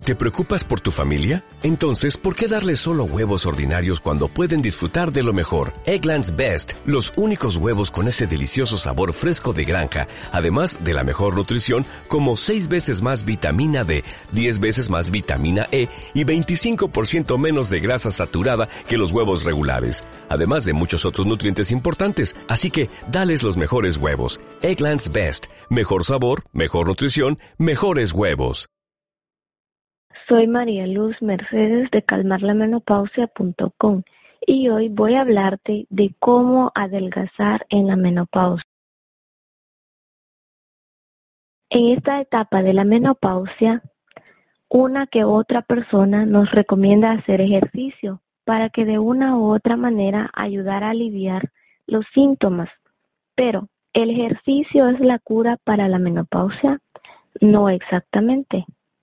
¿Te preocupas por tu familia? Entonces, ¿por qué darles solo huevos ordinarios cuando pueden disfrutar de lo mejor? Eggland's Best, los únicos huevos con ese delicioso sabor fresco de granja, además de la mejor nutrición, como 6 veces más vitamina D, 10 veces más vitamina E y 25% menos de grasa saturada que los huevos regulares, además de muchos otros nutrientes importantes. Así que, dales los mejores huevos. Eggland's Best, mejor sabor, mejor nutrición, mejores huevos. Soy María Luz Mercedes de calmarlamenopausia.com y hoy voy a hablarte de cómo adelgazar en la menopausia. En esta etapa de la menopausia, una que otra persona nos recomienda hacer ejercicio para que de una u otra manera ayudar a aliviar los síntomas. Pero, ¿el ejercicio es la cura para la menopausia? No exactamente.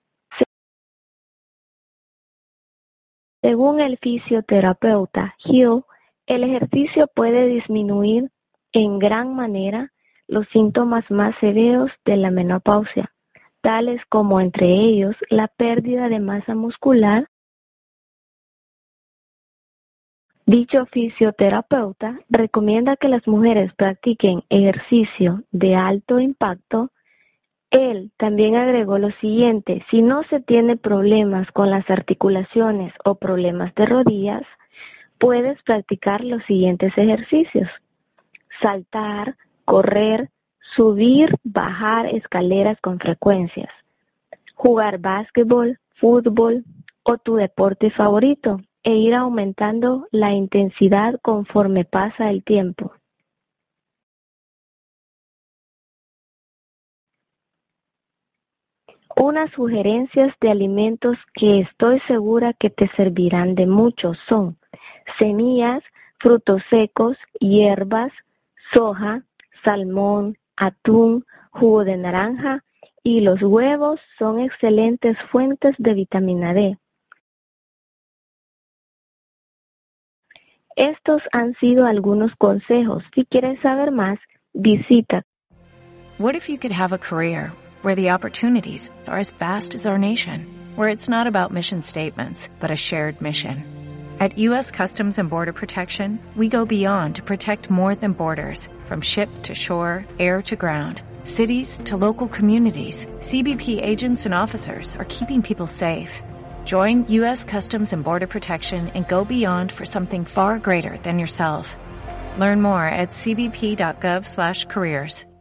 Según el fisioterapeuta Hill, el ejercicio puede disminuir en gran manera los síntomas más severos de la menopausia, tales como entre ellos la pérdida de masa muscular. Dicho fisioterapeuta recomienda que las mujeres practiquen ejercicio de alto impacto. Él también agregó lo siguiente: si no se tiene problemas con las articulaciones o problemas de rodillas, puedes practicar los siguientes ejercicios: saltar, correr, subir, bajar escaleras con frecuencias, jugar básquetbol, fútbol o tu deporte favorito e ir aumentando la intensidad conforme pasa el tiempo. Unas sugerencias de alimentos que estoy segura que te servirán de mucho son semillas, frutos secos, hierbas, soja, salmón, atún, jugo de naranja y los huevos son excelentes fuentes de vitamina D. Estos han sido algunos consejos. Si quieres saber más, visita. What if you could have a career where the opportunities are as vast as our nation, where it's not about mission statements, but a shared mission? At U.S. Customs and Border Protection, we go beyond to protect more than borders. From ship to shore, air to ground, cities to local communities, CBP agents and officers are keeping people safe. Join U.S. Customs and Border Protection and go beyond for something far greater than yourself. Learn more at cbp.gov/careers.